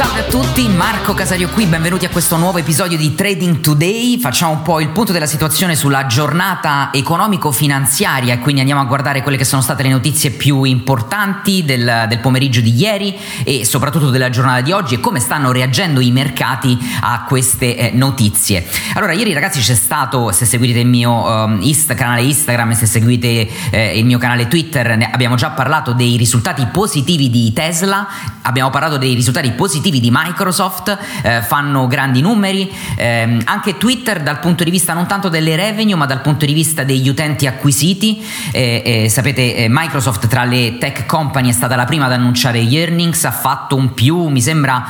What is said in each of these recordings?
Salve a tutti, Marco Casario qui, benvenuti a questo nuovo episodio di Trading Today. Facciamo un po' il punto della situazione sulla giornata economico-finanziaria e quindi andiamo a guardare quelle che sono state le notizie più importanti del pomeriggio di ieri e soprattutto della giornata di oggi e come stanno reagendo i mercati a queste notizie. Allora, ieri ragazzi c'è stato, se seguite il mio canale Instagram e se seguite il mio canale Twitter, abbiamo già parlato dei risultati positivi di Tesla, abbiamo parlato dei risultati positivi di Microsoft, fanno grandi numeri, anche Twitter dal punto di vista non tanto delle revenue ma dal punto di vista degli utenti acquisiti. Sapete, Microsoft tra le tech company è stata la prima ad annunciare gli earnings, ha fatto un più, mi sembra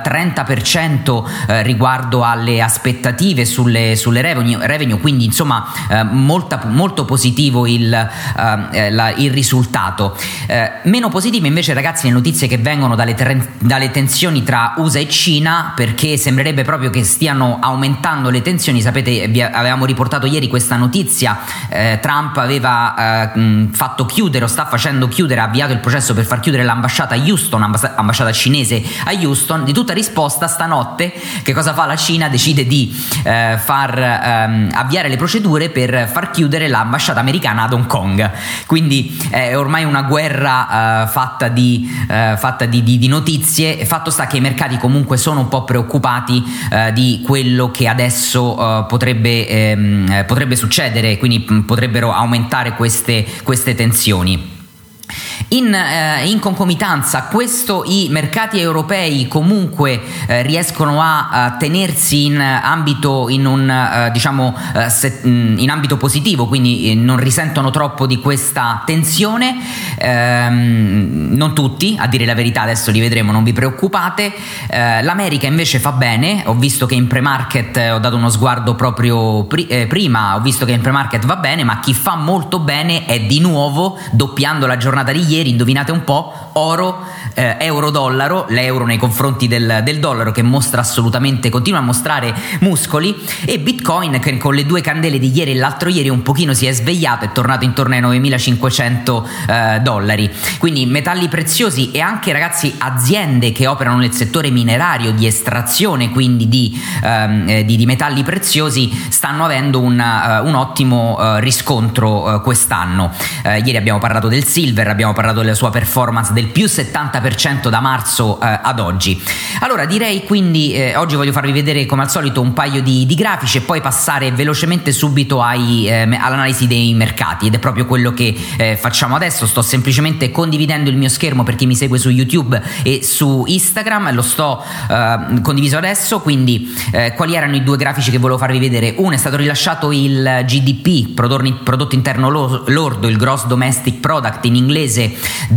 30% riguardo alle aspettative sulle revenue, quindi insomma molto positivo il risultato. Meno positive invece ragazzi le notizie che vengono dalle tensioni tra USA e Cina, perché sembrerebbe proprio che stiano aumentando le tensioni. Sapete, vi avevamo riportato ieri questa notizia, Trump aveva fatto chiudere o sta facendo chiudere, ha avviato il processo per far chiudere l'ambasciata a Houston, ambasciata cinese a Houston. Di tutta risposta stanotte che cosa fa la Cina? Decide di avviare le procedure per far chiudere l'ambasciata americana ad Hong Kong, quindi è ormai una guerra fatta di notizie. Fatto sta che i mercati comunque sono un po' preoccupati di quello che adesso potrebbe succedere, quindi potrebbero aumentare queste tensioni. In concomitanza a questo i mercati europei comunque riescono a tenersi in ambito positivo, in ambito non risentono troppo di questa tensione, non tutti a dire la verità, adesso li vedremo, non vi preoccupate. L'America invece fa bene, ho visto che in pre-market, ho dato uno sguardo proprio prima, ho visto che in pre-market va bene, ma chi fa molto bene è di nuovo, doppiando la giornata di ieri, indovinate un po', euro-dollaro, l'euro nei confronti del dollaro che continua a mostrare muscoli, e Bitcoin che con le due candele di ieri e l'altro ieri un pochino si è svegliato, è tornato intorno ai $9.500. Quindi metalli preziosi e anche ragazzi aziende che operano nel settore minerario di estrazione, quindi di metalli preziosi, stanno avendo un ottimo riscontro quest'anno. Ieri abbiamo parlato del silver, abbiamo parlato della sua performance del più 70% da marzo ad oggi. Allora direi quindi oggi voglio farvi vedere come al solito un paio di grafici e poi passare velocemente subito all'analisi dei mercati, ed è proprio quello che facciamo adesso. Sto semplicemente condividendo il mio schermo per chi mi segue su YouTube e su Instagram, lo sto condiviso adesso. Quindi quali erano i due grafici che volevo farvi vedere? Uno è stato rilasciato il GDP, prodotto interno lordo, il Gross Domestic Product in inglese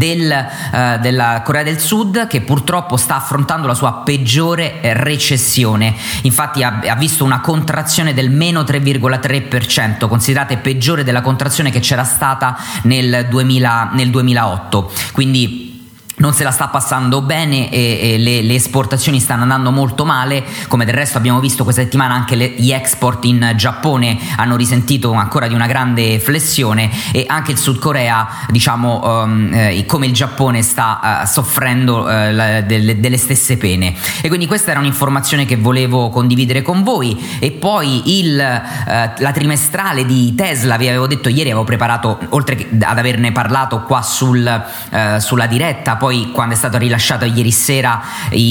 della Corea del Sud, che purtroppo sta affrontando la sua peggiore recessione. Infatti ha visto una contrazione del meno 3,3%, considerate peggiore della contrazione che c'era stata nel 2008, quindi non se la sta passando bene e le esportazioni stanno andando molto male, come del resto abbiamo visto questa settimana anche gli export in Giappone hanno risentito ancora di una grande flessione, e anche il Sud Corea, come il Giappone, sta soffrendo delle stesse pene. E quindi questa era un'informazione che volevo condividere con voi. E poi la trimestrale di Tesla, vi avevo detto ieri, avevo preparato, oltre ad averne parlato qua sulla diretta, poi quando è stato rilasciato ieri sera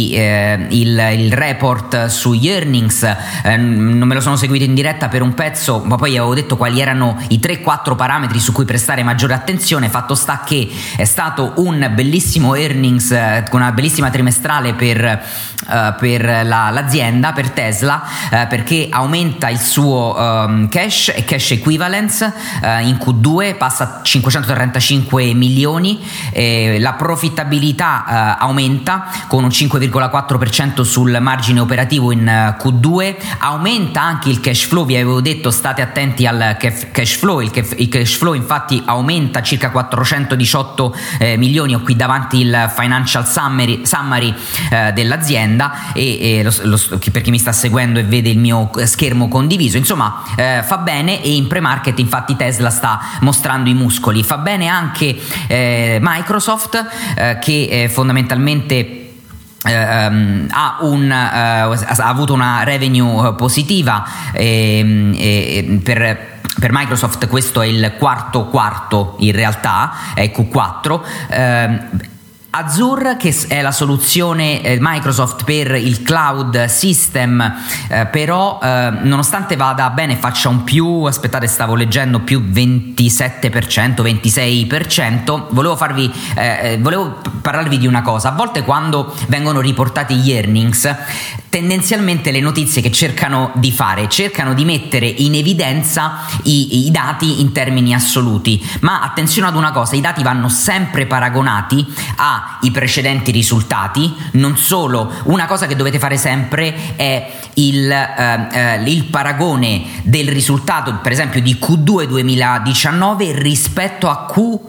il report sugli earnings, non me lo sono seguito in diretta per un pezzo, ma poi avevo detto quali erano i 3-4 parametri su cui prestare maggiore attenzione. Fatto sta che è stato un bellissimo earnings, una bellissima trimestrale per l'azienda, per Tesla, perché aumenta il suo cash e cash equivalence in Q2, passa a 535 milioni, la profittabilità aumenta con un 5,4% sul margine operativo in Q2, aumenta anche il cash flow. Vi avevo detto state attenti al cash flow, il cash flow infatti aumenta circa 418 milioni. Ho qui davanti il financial summary dell'azienda e per chi mi sta seguendo e vede il mio schermo condiviso, insomma fa bene, e in pre-market infatti Tesla sta mostrando i muscoli. Fa bene anche Microsoft, che fondamentalmente ha avuto una revenue positiva per Microsoft. Questo è il quarto in realtà, è Q4. Azure, che è la soluzione Microsoft per il cloud system, però nonostante vada bene, faccia un più, aspettate, stavo leggendo, più 27%, 26%, volevo parlarvi di una cosa. A volte quando vengono riportati gli earnings, tendenzialmente le notizie che cercano di mettere in evidenza i dati in termini assoluti, ma attenzione ad una cosa: i dati vanno sempre paragonati ai precedenti risultati. Non solo, una cosa che dovete fare sempre è il paragone del risultato, per esempio di Q2 2019 rispetto a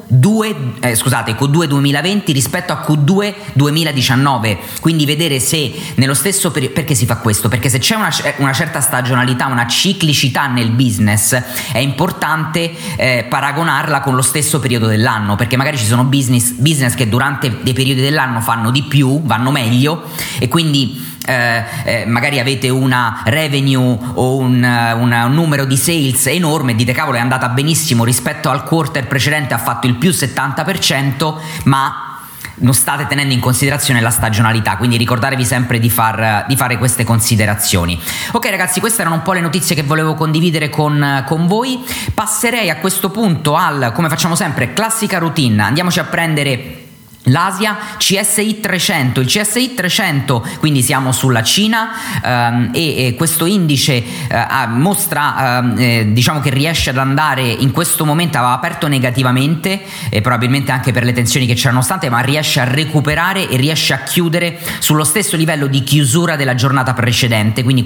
Q2 2020 rispetto a Q2 2019, quindi vedere se nello stesso periodo. Perché si fa questo? Perché se c'è una certa stagionalità, una ciclicità nel business, è importante paragonarla con lo stesso periodo dell'anno, perché magari ci sono business che durante dei periodi dell'anno fanno di più, vanno meglio, e quindi magari avete una revenue o un numero di sales enorme e dite cavolo, è andata benissimo, rispetto al quarter precedente ha fatto il più 70%, ma non state tenendo in considerazione la stagionalità, quindi ricordatevi sempre di fare queste considerazioni. Ok ragazzi, queste erano un po' le notizie che volevo condividere con voi. Passerei a questo punto come facciamo sempre, classica routine. Andiamoci a prendere l'Asia, CSI 300, il CSI 300, quindi siamo sulla Cina, e questo indice mostra diciamo che riesce ad andare, in questo momento aveva aperto negativamente e probabilmente anche per le tensioni che c'erano state, ma riesce a recuperare e riesce a chiudere sullo stesso livello di chiusura della giornata precedente, quindi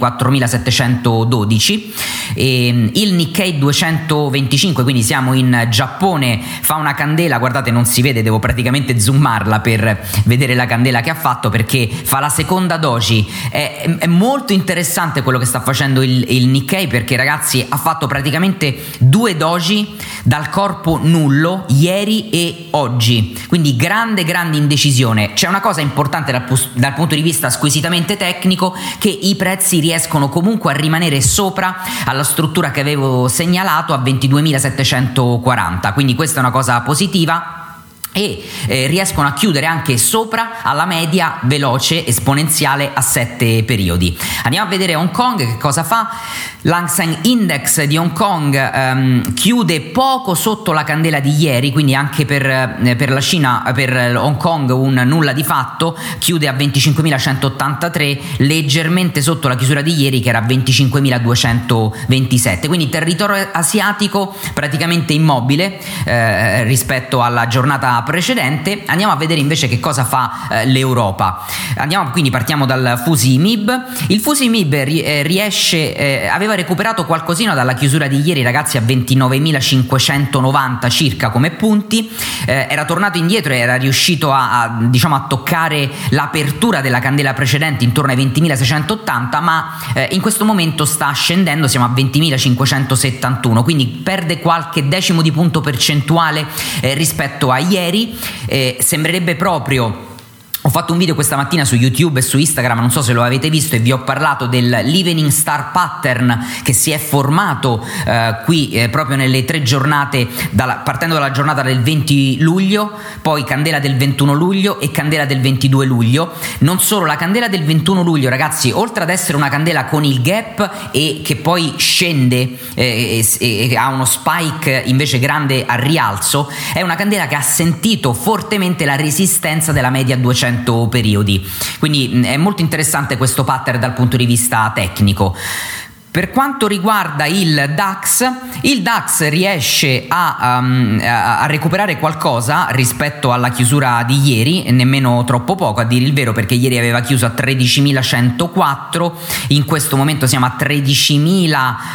4712. Il Nikkei 225, quindi siamo in Giappone, fa una candela, guardate, non si vede, devo praticamente zoomarla per vedere la candela che ha fatto, perché fa la seconda doji. È molto interessante quello che sta facendo il Nikkei, perché ragazzi ha fatto praticamente 2 doji dal corpo nullo ieri e oggi, quindi grande indecisione. C'è una cosa importante dal punto di vista squisitamente tecnico, che i prezzi riescono comunque a rimanere sopra alla struttura che avevo segnalato a 22.740, quindi questa è una cosa positiva, e riescono a chiudere anche sopra alla media veloce esponenziale a 7 periodi. Andiamo a vedere Hong Kong che cosa fa. L'Hang Seng Index di Hong Kong chiude poco sotto la candela di ieri, quindi anche per la Cina, per Hong Kong un nulla di fatto, chiude a 25.183, leggermente sotto la chiusura di ieri che era a 25.227, quindi territorio asiatico praticamente immobile rispetto alla giornata precedente. Andiamo a vedere invece che cosa fa l'Europa. Quindi partiamo dal FTSE MIB. Il FTSE MIB aveva recuperato qualcosina dalla chiusura di ieri, ragazzi, a 29.590 circa come punti, era tornato indietro e era riuscito a toccare l'apertura della candela precedente intorno ai 20.680, ma in questo momento sta scendendo, siamo a 20.571, quindi perde qualche decimo di punto percentuale rispetto a ieri. Sembrerebbe proprio. Ho fatto un video questa mattina su YouTube e su Instagram, non so se lo avete visto, e vi ho parlato dell'Evening Star Pattern che si è formato qui proprio nelle 3 giornate, partendo dalla giornata del 20 luglio, poi candela del 21 luglio e candela del 22 luglio. Non solo, la candela del 21 luglio, ragazzi, oltre ad essere una candela con il gap e che poi scende e ha uno spike invece grande al rialzo, è una candela che ha sentito fortemente la resistenza della media 200 periodi, quindi è molto interessante questo pattern dal punto di vista tecnico. Per quanto riguarda il DAX riesce a recuperare qualcosa rispetto alla chiusura di ieri, nemmeno troppo poco a dire il vero, perché ieri aveva chiuso a 13.104, in questo momento siamo a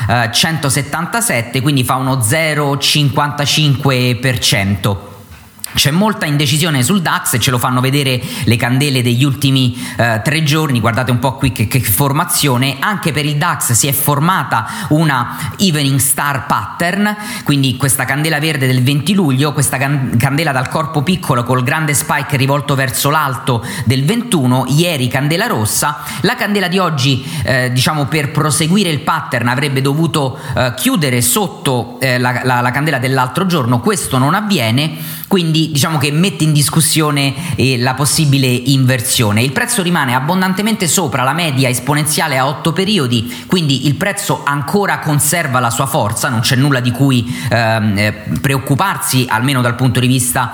13.177, quindi fa uno 0,55%. C'è molta indecisione sul DAX e ce lo fanno vedere le candele degli ultimi 3 giorni. Guardate un po' qui che formazione. Anche per il DAX si è formata una evening star pattern, quindi questa candela verde del 20 luglio, questa candela dal corpo piccolo col grande spike rivolto verso l'alto del 21, ieri candela rossa. La candela di oggi diciamo per proseguire il pattern avrebbe dovuto chiudere sotto la candela dell'altro giorno, questo non avviene, quindi diciamo che mette in discussione la possibile inversione. Il prezzo rimane abbondantemente sopra la media esponenziale a 8 periodi, quindi il prezzo ancora conserva la sua forza, non c'è nulla di cui preoccuparsi, almeno dal punto di vista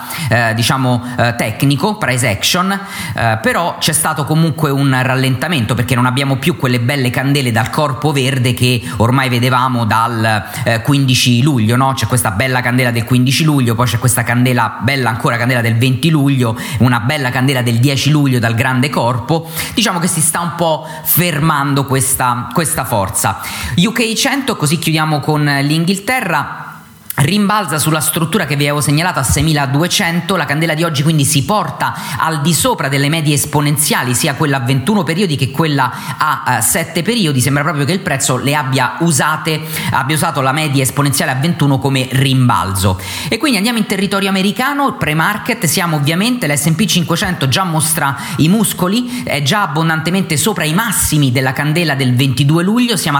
tecnico, price action, però c'è stato comunque un rallentamento perché non abbiamo più quelle belle candele dal corpo verde che ormai vedevamo dal 15 luglio, no? C'è questa bella candela del 15 luglio, poi c'è questa bella ancora candela del 20 luglio, una bella candela del 10 luglio dal grande corpo. Diciamo che si sta un po' fermando questa forza. UK 100, così chiudiamo con l'Inghilterra, rimbalza sulla struttura che vi avevo segnalato a 6200, la candela di oggi quindi si porta al di sopra delle medie esponenziali, sia quella a 21 periodi che quella a 7 periodi, sembra proprio che il prezzo le abbia usato la media esponenziale a 21 come rimbalzo. E quindi andiamo in territorio americano, pre-market, siamo ovviamente, l'S&P 500 già mostra i muscoli, è già abbondantemente sopra i massimi della candela del 22 luglio, siamo a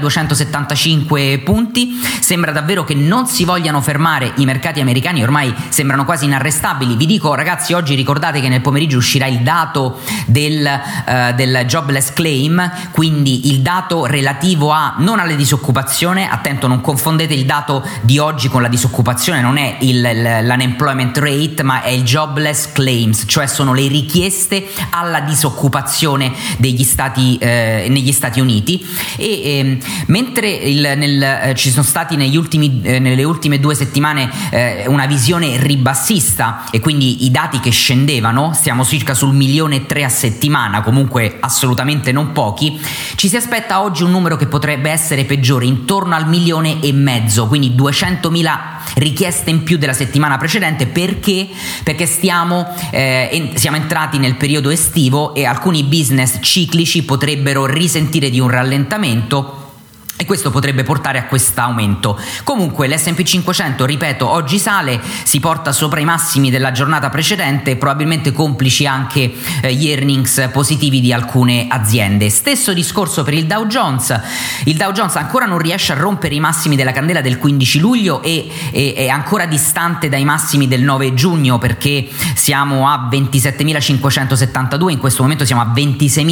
3275 punti, sembra davvero che non si vogliano fermare i mercati americani, ormai sembrano quasi inarrestabili. Vi dico ragazzi, oggi ricordate che nel pomeriggio uscirà il dato del jobless claim, quindi il dato relativo non alla disoccupazione, attento non confondete il dato di oggi con la disoccupazione, non è l'unemployment rate ma è il jobless claims, cioè sono le richieste alla disoccupazione negli Stati Uniti. E mentre ci sono stati nelle ultime 2 settimane una visione ribassista e quindi i dati che scendevano, stiamo circa sul 1,3 milioni a settimana, comunque assolutamente non pochi, ci si aspetta oggi un numero che potrebbe essere peggiore, intorno al 1,5 milioni, quindi 200.000 richieste in più della settimana precedente. Perché siamo entrati nel periodo estivo e alcuni business ciclici potrebbero risentire di un rallentamento e questo potrebbe portare a quest'aumento. Comunque l'S&P 500, ripeto, oggi sale, si porta sopra i massimi della giornata precedente, probabilmente complici anche gli earnings positivi di alcune aziende. Stesso discorso per il Dow Jones. Il Dow Jones ancora non riesce a rompere i massimi della candela del 15 luglio e è ancora distante dai massimi del 9 giugno perché siamo a 27.572, in questo momento siamo a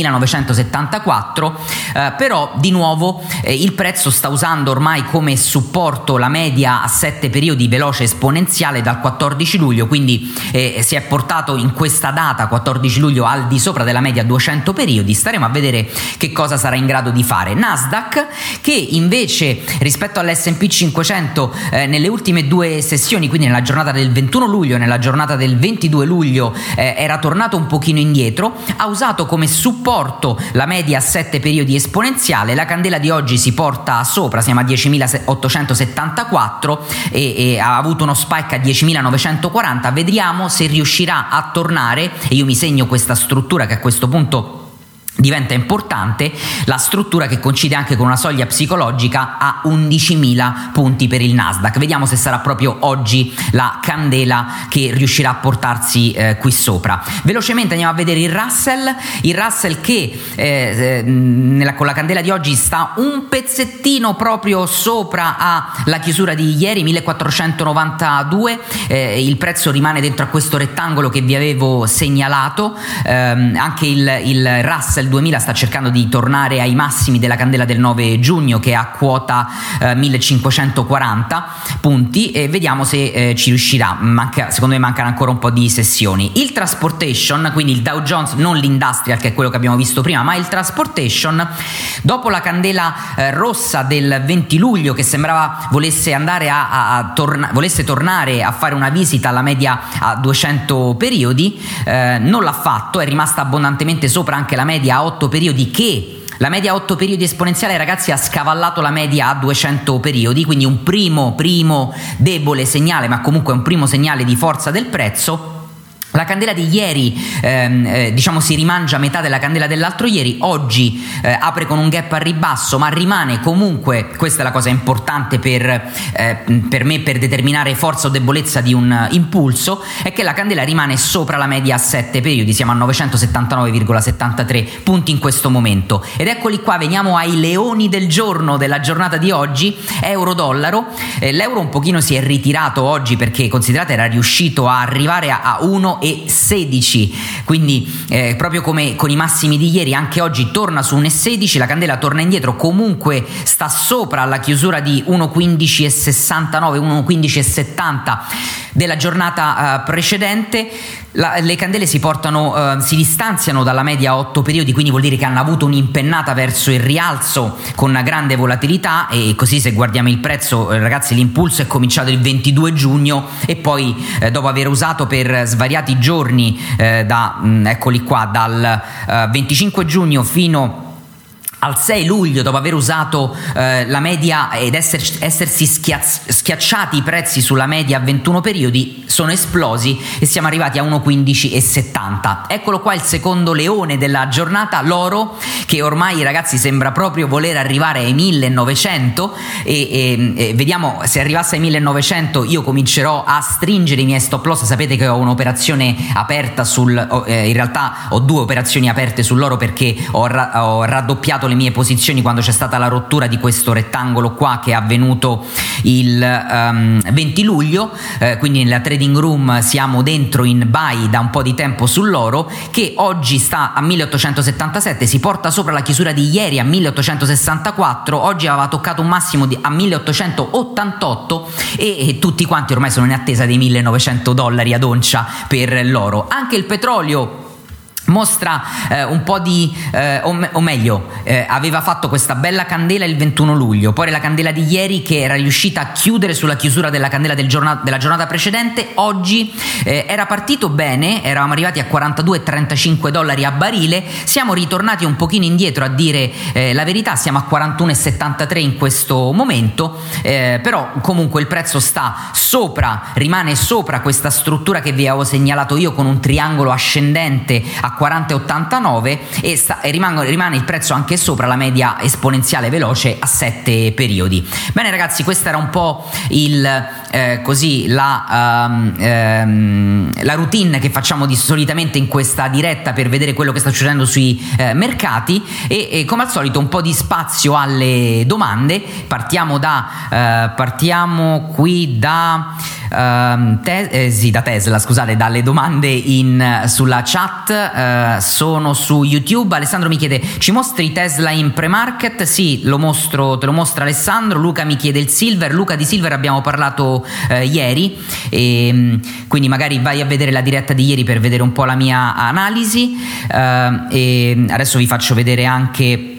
26.974, però di nuovo il prezzo sta usando ormai come supporto la media a 7 periodi veloce esponenziale dal 14 luglio, quindi si è portato in questa data 14 luglio al di sopra della media 200 periodi. Staremo a vedere che cosa sarà in grado di fare. Nasdaq, che invece rispetto all'S&P 500 nelle ultime 2 sessioni, quindi nella giornata del 21 luglio e nella giornata del 22 luglio era tornato un pochino indietro, ha usato come supporto la media a 7 periodi esponenziale. La candela di oggi si porta sopra, siamo a 10.874 e ha avuto uno spike a 10.940. Vediamo se riuscirà a tornare, e io mi segno questa struttura che a questo punto diventa importante, la struttura che coincide anche con una soglia psicologica a 11.000 punti per il Nasdaq. Vediamo se sarà proprio oggi la candela che riuscirà a portarsi qui sopra. Velocemente andiamo a vedere il Russell che con la candela di oggi sta un pezzettino proprio sopra alla chiusura di ieri, 1492, il prezzo rimane dentro a questo rettangolo che vi avevo segnalato. Anche il Russell 2000 sta cercando di tornare ai massimi della candela del 9 giugno che è a quota 1540 punti e vediamo se ci riuscirà. Secondo me mancano ancora un po' di sessioni. Il transportation, quindi il Dow Jones, non l'industrial che è quello che abbiamo visto prima, ma il transportation, dopo la candela rossa del 20 luglio che sembrava volesse tornare a fare una visita alla media a 200 periodi, non l'ha fatto, è rimasta abbondantemente sopra anche la media a 8 periodi che La media a 8 periodi esponenziale, ragazzi, ha scavallato la media a 200 periodi, quindi un primo debole segnale, ma comunque un primo segnale di forza del prezzo. La candela di ieri diciamo si rimangia metà della candela dell'altro ieri, oggi apre con un gap al ribasso, ma rimane comunque, questa è la cosa importante per me per determinare forza o debolezza di un impulso, è che la candela rimane sopra la media a 7 periodi, siamo a 979,73 punti in questo momento. Ed eccoli qua, veniamo ai leoni del giorno, della giornata di oggi, euro-dollaro. L'euro un pochino si è ritirato oggi perché, considerate, era riuscito a arrivare a 1,16, quindi proprio come con i massimi di ieri anche oggi torna su 1,16, la candela torna indietro, comunque sta sopra la chiusura di 1,1569, 1,1570 della giornata precedente. Le candele si distanziano dalla media a 8 periodi, quindi vuol dire che hanno avuto un'impennata verso il rialzo con grande volatilità, e così se guardiamo il prezzo, ragazzi, l'impulso è cominciato il 22 giugno e poi dopo aver usato per svariati giorni eccoli qua, dal 25 giugno fino al 6 luglio, dopo aver usato la media ed essersi schiacciati i prezzi sulla media a 21 periodi, sono esplosi e siamo arrivati a 1,1570. Eccolo qua il secondo leone della giornata, l'oro, che ormai, ragazzi, sembra proprio voler arrivare ai 1900 e vediamo, se arrivasse ai 1900 io comincerò a stringere i miei stop loss. Sapete che ho un'operazione aperta in realtà ho 2 operazioni aperte sull'oro, perché ho raddoppiato le mie posizioni quando c'è stata la rottura di questo rettangolo qua, che è avvenuto il 20 luglio, quindi nella trading room siamo dentro in buy da un po' di tempo sull'oro, che oggi sta a 1877, si porta sopra la chiusura di ieri a 1864, oggi aveva toccato un massimo a 1888 e tutti quanti ormai sono in attesa dei $1.900 ad oncia per l'oro. Anche il petrolio mostra un po' di aveva fatto questa bella candela il 21 luglio, poi la candela di ieri che era riuscita a chiudere sulla chiusura della candela della giornata precedente. Oggi era partito bene, eravamo arrivati a $42,35 a barile, siamo ritornati un pochino indietro, a dire la verità, siamo a 41,73 in questo momento, però comunque il prezzo rimane sopra questa struttura che vi avevo segnalato io con un triangolo ascendente a 40,89 e rimane il prezzo anche sopra la media esponenziale veloce a 7 periodi. Bene, ragazzi, questa era un po' la routine che facciamo solitamente in questa diretta per vedere quello che sta succedendo sui mercati e come al solito un po' di spazio alle domande. Partiamo qui da Tesla, scusate, dalle domande sulla chat. Sono su YouTube. Alessandro mi chiede: ci mostri Tesla in pre-market? Sì, te lo mostra Alessandro. Luca mi chiede il silver. Luca, di silver abbiamo parlato ieri, e quindi magari vai a vedere la diretta di ieri per vedere un po' la mia analisi, e adesso vi faccio vedere anche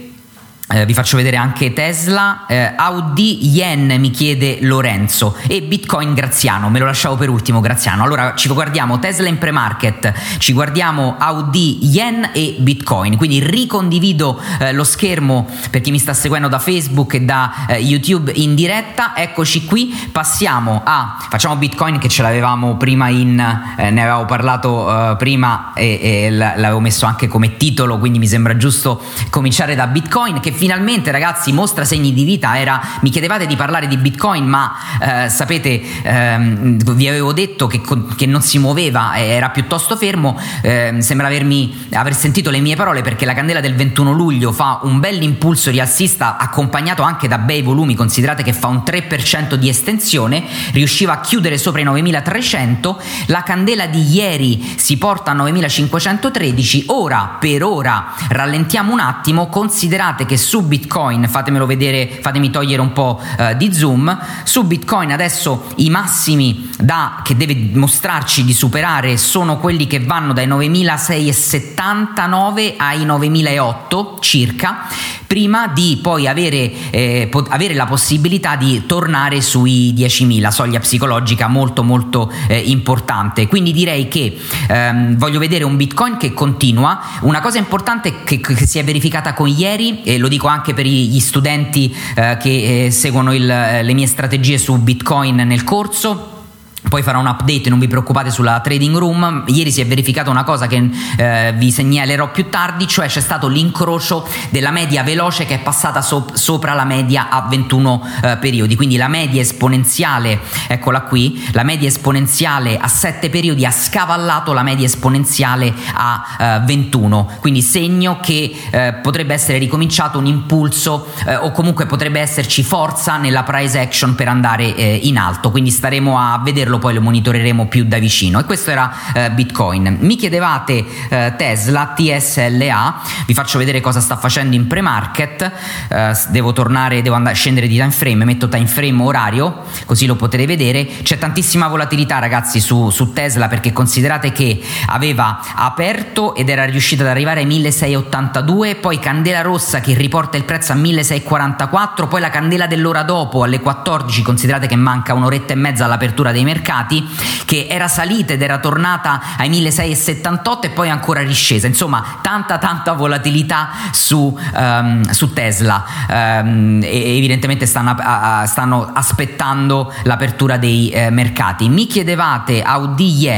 Tesla. Audi Yen mi chiede Lorenzo, e Bitcoin Graziano, me lo lasciavo per ultimo Graziano. Allora ci guardiamo Tesla in pre-market, ci guardiamo Audi Yen e Bitcoin, quindi ricondivido lo schermo per chi mi sta seguendo da Facebook e da YouTube in diretta. Eccoci qui, facciamo Bitcoin, che ce l'avevamo prima ne avevo parlato prima e l'avevo messo anche come titolo, quindi mi sembra giusto cominciare da Bitcoin, che finalmente, ragazzi, mostra segni di vita. Mi chiedevate di parlare di Bitcoin, ma sapete, vi avevo detto che non si muoveva, era piuttosto fermo. Sembra aver sentito le mie parole, perché la candela del 21 luglio fa un bel impulso rialzista accompagnato anche da bei volumi. Considerate che fa un 3% di estensione, riusciva a chiudere sopra i 9.300. La candela di ieri si porta a 9.513. Per ora rallentiamo un attimo, considerate che su Bitcoin, fatemelo vedere, fatemi togliere un po' di zoom, su Bitcoin adesso i massimi che deve mostrarci di superare sono quelli che vanno dai 9.679 ai 9.008 circa. prima di poi avere la possibilità di tornare sui 10.000, soglia psicologica molto molto importante. Quindi direi che voglio vedere un Bitcoin che continua. Una cosa importante che si è verificata con ieri, e lo dico anche per gli studenti che seguono le mie strategie su Bitcoin nel corso, poi farò un update, non vi preoccupate, sulla trading room. Ieri si è verificata una cosa che vi segnalerò più tardi, cioè c'è stato l'incrocio della media veloce che è passata sopra la media a 21 periodi, quindi la media esponenziale, eccola qui, la media esponenziale a 7 periodi ha scavallato la media esponenziale a 21, quindi segno che potrebbe essere ricominciato un impulso o comunque potrebbe esserci forza nella price action per andare in alto, quindi staremo a vederlo, poi lo monitoreremo più da vicino. E questo era Bitcoin. Mi chiedevate Tesla, TSLA, vi faccio vedere cosa sta facendo in pre-market. Devo scendere di time frame, metto time frame orario così lo potete vedere. C'è tantissima volatilità, ragazzi, su Tesla, perché considerate che aveva aperto ed era riuscito ad arrivare ai 1682, poi candela rossa che riporta il prezzo a 1644, poi la candela dell'ora dopo alle 14, considerate che manca un'oretta e mezza all'apertura dei mercati, che era salita ed era tornata ai 1678 e poi ancora riscesa. Insomma, tanta volatilità su Tesla, e evidentemente stanno aspettando l'apertura dei mercati. Mi chiedevate AUD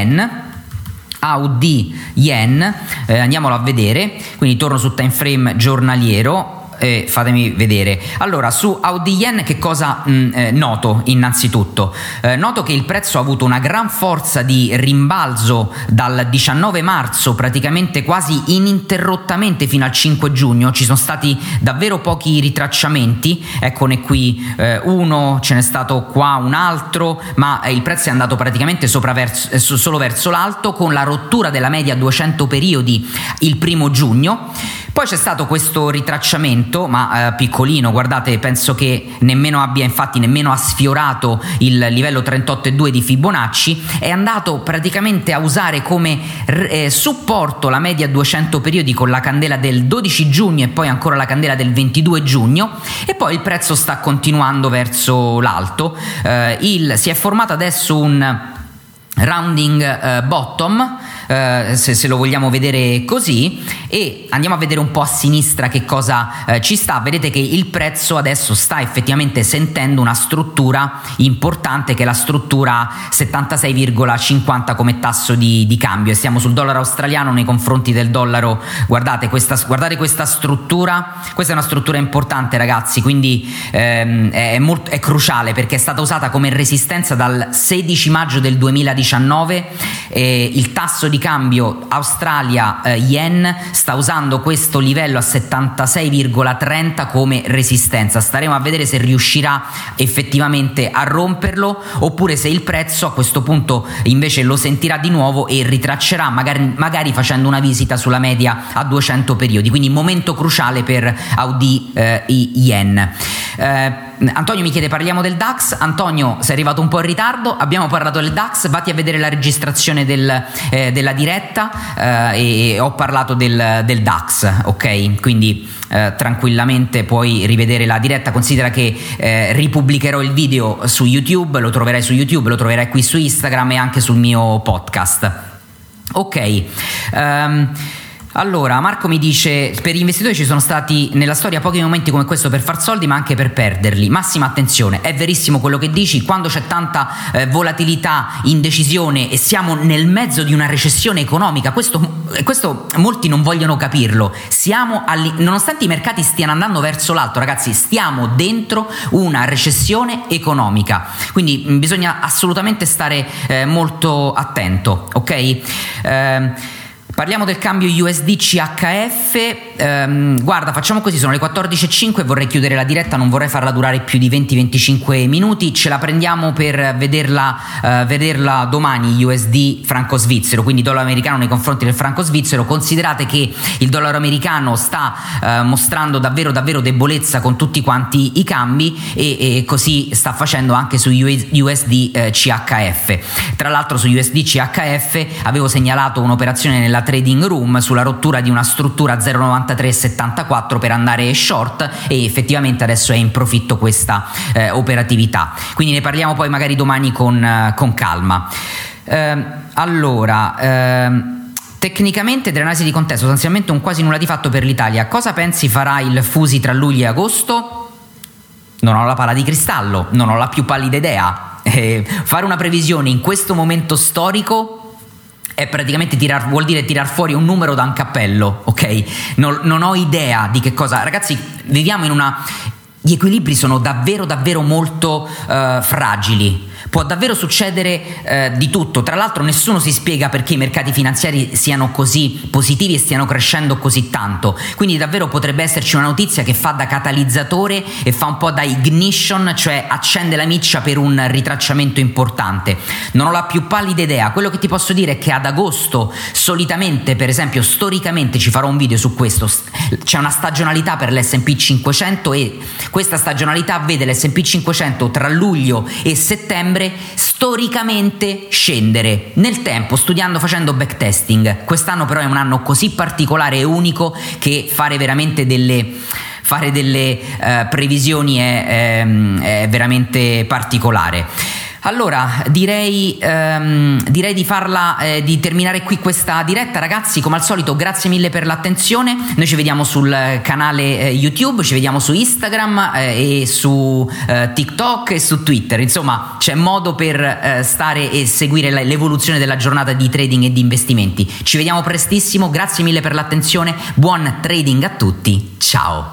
Yen, andiamolo a vedere, quindi torno su time frame giornaliero. Fatemi vedere. Allora, su AUD Yen che cosa noto? Innanzitutto noto che il prezzo ha avuto una gran forza di rimbalzo dal 19 marzo praticamente quasi ininterrottamente fino al 5 giugno. Ci sono stati davvero pochi ritracciamenti, eccone qui uno, ce n'è stato qua un altro, ma il prezzo è andato praticamente solo verso l'alto, con la rottura della media a 200 periodi il 1 giugno. Poi c'è stato questo ritracciamento, ma piccolino, guardate, penso che nemmeno ha sfiorato il livello 38,2 di Fibonacci. È andato praticamente a usare come supporto la media 200 periodi con la candela del 12 giugno e poi ancora la candela del 22 giugno, e poi il prezzo sta continuando verso l'alto. Si è formato adesso un rounding bottom, se lo vogliamo vedere così, e andiamo a vedere un po' a sinistra che cosa ci sta. Vedete che il prezzo adesso sta effettivamente sentendo una struttura importante, che è la struttura 76,50 come tasso di cambio, e siamo sul dollaro australiano nei confronti del dollaro. Guardate questa struttura, questa è una struttura importante, ragazzi, quindi è cruciale, perché è stata usata come resistenza dal 16 maggio del 2019. Il tasso di cambio Australia Yen sta usando questo livello a 76,30 come resistenza. Staremo a vedere se riuscirà effettivamente a romperlo, oppure se il prezzo a questo punto invece lo sentirà di nuovo e ritraccerà, magari facendo una visita sulla media a 200 periodi. Quindi momento cruciale per AUD Yen. Antonio mi chiede: parliamo del DAX? Antonio, sei arrivato un po' in ritardo, abbiamo parlato del DAX, vatti a vedere la registrazione della diretta, e ho parlato del DAX, ok? Quindi tranquillamente puoi rivedere la diretta. Considera che ripubblicherò il video su YouTube, lo troverai su YouTube, lo troverai qui su Instagram e anche sul mio podcast, ok? Allora, Marco mi dice: per gli investitori ci sono stati nella storia pochi momenti come questo per far soldi, ma anche per perderli. Massima attenzione, è verissimo quello che dici. Quando c'è tanta volatilità, indecisione e siamo nel mezzo di una recessione economica, questo molti non vogliono capirlo. Nonostante i mercati stiano andando verso l'alto, ragazzi, stiamo dentro una recessione economica, quindi bisogna assolutamente stare molto attento, ok? Parliamo del cambio USD CHF. Guarda, facciamo così, sono le 14:05, vorrei chiudere la diretta, non vorrei farla durare più di 20-25 minuti. Ce la prendiamo per vederla domani USD franco svizzero, quindi dollaro americano nei confronti del franco svizzero. Considerate che il dollaro americano sta mostrando davvero debolezza con tutti quanti i cambi, e così sta facendo anche su USD CHF. Tra l'altro su USD CHF avevo segnalato un'operazione nella trading room sulla rottura di una struttura 0,9374 per andare short, e effettivamente adesso è in profitto questa operatività, quindi ne parliamo poi magari domani con calma. Tecnicamente dell'analisi di contesto, sostanzialmente un quasi nulla di fatto per l'Italia. Cosa pensi farà il Fusi tra luglio e agosto? Non ho la palla di cristallo, non ho la più pallida idea. Fare una previsione in questo momento storico è praticamente vuol dire tirar fuori un numero da un cappello, ok? Non ho idea di che cosa. Ragazzi, viviamo gli equilibri sono davvero davvero molto fragili. Può davvero succedere di tutto. Tra l'altro nessuno si spiega perché i mercati finanziari siano così positivi e stiano crescendo così tanto, quindi davvero potrebbe esserci una notizia che fa da catalizzatore e fa un po' da ignition, cioè accende la miccia per un ritracciamento importante. Non ho la più pallida idea. Quello che ti posso dire è che ad agosto solitamente, per esempio storicamente, ci farò un video su questo, c'è una stagionalità per l'S&P 500 e questa stagionalità vede l'S&P 500 tra luglio e settembre storicamente scendere nel tempo, facendo backtesting. Quest'anno però è un anno così particolare e unico che fare veramente delle previsioni è veramente particolare. Allora direi di terminare qui questa diretta, ragazzi. Come al solito grazie mille per l'attenzione, noi ci vediamo sul canale YouTube, ci vediamo su Instagram e su TikTok e su Twitter, insomma c'è modo per stare e seguire l'evoluzione della giornata di trading e di investimenti. Ci vediamo prestissimo, grazie mille per l'attenzione, buon trading a tutti, ciao.